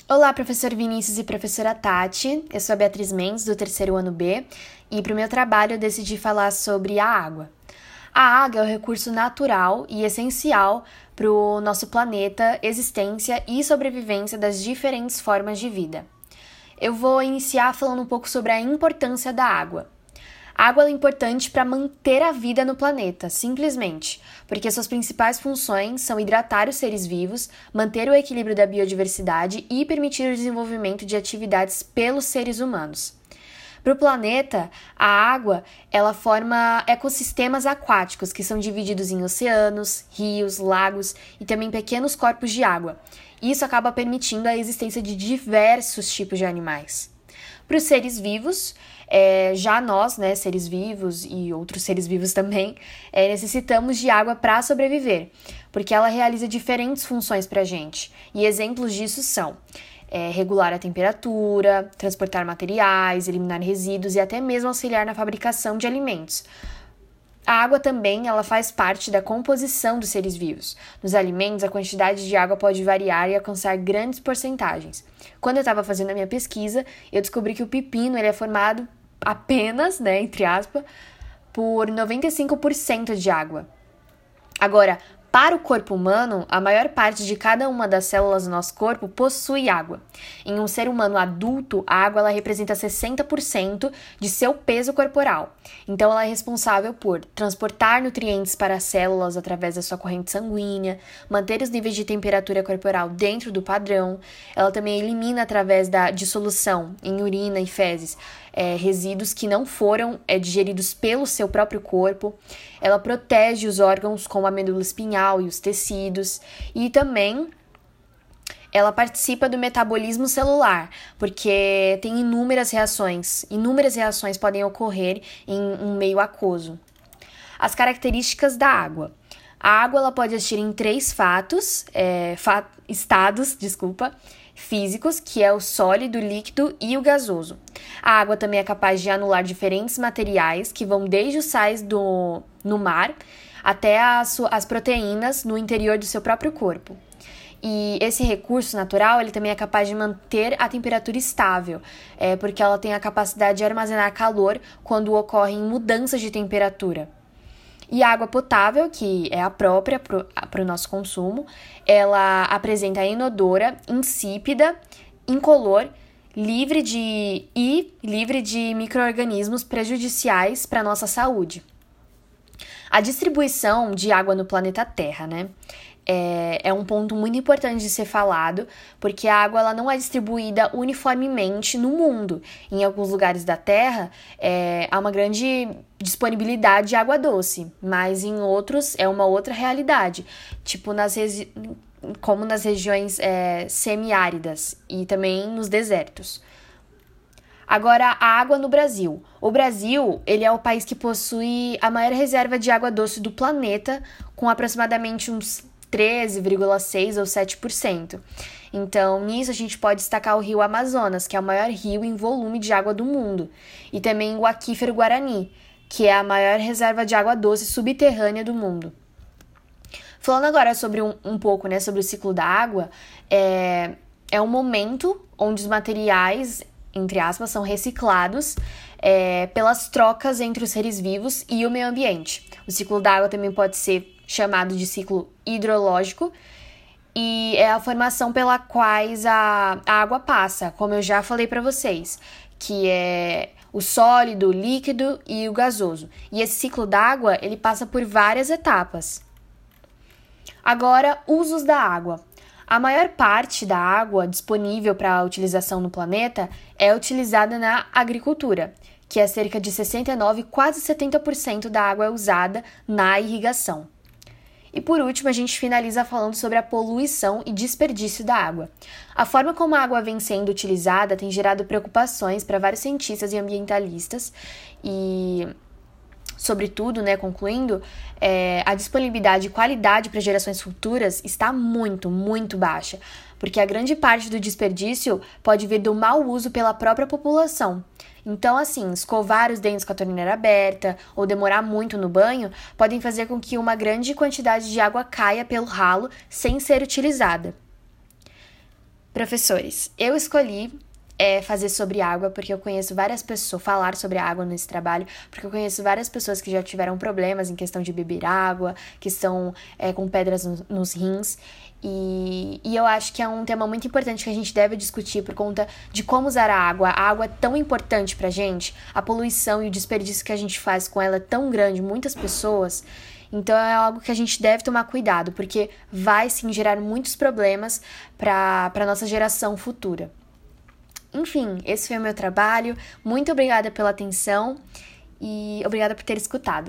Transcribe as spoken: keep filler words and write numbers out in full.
Olá, professor Vinícius e professora Tati. Eu sou a Beatriz Mendes, do terceiro ano B, e para o meu trabalho eu decidi falar sobre a água. A água é um recurso natural e essencial para o nosso planeta, existência e sobrevivência das diferentes formas de vida. Eu vou iniciar falando um pouco sobre a importância da água. A água é importante para manter a vida no planeta, simplesmente, porque suas principais funções são hidratar os seres vivos, manter o equilíbrio da biodiversidade e permitir o desenvolvimento de atividades pelos seres humanos. Para o planeta, a água ela forma ecossistemas aquáticos que são divididos em oceanos, rios, lagos e também pequenos corpos de água. Isso acaba permitindo a existência de diversos tipos de animais. Para os seres vivos, é, já nós, né, seres vivos e outros seres vivos também, é, necessitamos de água para sobreviver, porque ela realiza diferentes funções para a gente. E exemplos disso são é, regular a temperatura, transportar materiais, eliminar resíduos e até mesmo auxiliar na fabricação de alimentos. A água também ela faz parte da composição dos seres vivos. Nos alimentos, a quantidade de água pode variar e alcançar grandes porcentagens. Quando eu estava fazendo a minha pesquisa, eu descobri que o pepino ele é formado apenas, né, entre aspas, por noventa e cinco por cento de água. Agora, para o corpo humano, a maior parte de cada uma das células do nosso corpo possui água. Em um ser humano adulto, a água ela representa sessenta por cento de seu peso corporal. Então, ela é responsável por transportar nutrientes para as células através da sua corrente sanguínea, manter os níveis de temperatura corporal dentro do padrão. Ela também elimina através da dissolução em urina e fezes É, resíduos que não foram é, digeridos pelo seu próprio corpo. Ela protege os órgãos como a medula espinhal e os tecidos. E também ela participa do metabolismo celular, porque tem inúmeras reações. Inúmeras reações podem ocorrer em um meio aquoso. As características da água. A água ela pode existir em três fatos, é, fa- estados, desculpa, físicos, que é o sólido, líquido e o gasoso. A água também é capaz de anular diferentes materiais, que vão desde os sais do, no mar até as, as proteínas no interior do seu próprio corpo. E esse recurso natural ele também é capaz de manter a temperatura estável, é, porque ela tem a capacidade de armazenar calor quando ocorrem mudanças de temperatura. E a água potável, que é a própria para o nosso consumo, ela apresenta inodora, insípida, incolor, livre de e livre de micro-organismos prejudiciais para a nossa saúde. A distribuição de água no planeta Terra, né? É, é um ponto muito importante de ser falado, porque a água ela não é distribuída uniformemente no mundo. Em alguns lugares da Terra, é, há uma grande disponibilidade de água doce, mas em outros é uma outra realidade, tipo nas regi- como nas regiões é, semiáridas e também nos desertos. Agora, a água no Brasil. O Brasil, ele é o país que possui a maior reserva de água doce do planeta, com aproximadamente uns treze vírgula seis ou sete por cento. Então, nisso a gente pode destacar o rio Amazonas, que é o maior rio em volume de água do mundo, e também o aquífero Guarani, que é a maior reserva de água doce subterrânea do mundo. Falando agora sobre um, um pouco, né, sobre o ciclo da água, é, é um momento onde os materiais, entre aspas, são reciclados é, pelas trocas entre os seres vivos e o meio ambiente. O ciclo da água também pode ser chamado de ciclo hidrológico, e é a formação pela quais a, a água passa, como eu já falei para vocês, que é o sólido, o líquido e o gasoso. E esse ciclo da água, ele passa por várias etapas. Agora, usos da água. A maior parte da água disponível para a utilização no planeta é utilizada na agricultura, que é cerca de sessenta e nove, quase setenta por cento da água é usada na irrigação. E por último, a gente finaliza falando sobre a poluição e desperdício da água. A forma como a água vem sendo utilizada tem gerado preocupações para vários cientistas e ambientalistas e, sobretudo, né, concluindo, é, a disponibilidade e qualidade para gerações futuras está muito, muito baixa, porque a grande parte do desperdício pode vir do mau uso pela própria população. Então, assim, escovar os dentes com a torneira aberta ou demorar muito no banho podem fazer com que uma grande quantidade de água caia pelo ralo sem ser utilizada. Professores, eu escolhi é, fazer sobre água porque eu conheço várias pessoas, falar sobre água nesse trabalho, porque eu conheço várias pessoas que já tiveram problemas em questão de beber água, que estão é, com pedras no, nos rins. E, e eu acho que é um tema muito importante que a gente deve discutir por conta de como usar a água. A água é tão importante pra gente, a poluição e o desperdício que a gente faz com ela é tão grande, muitas pessoas. Então é algo que a gente deve tomar cuidado, porque vai sim gerar muitos problemas para a nossa geração futura. Enfim, esse foi o meu trabalho. Muito obrigada pela atenção e obrigada por ter escutado.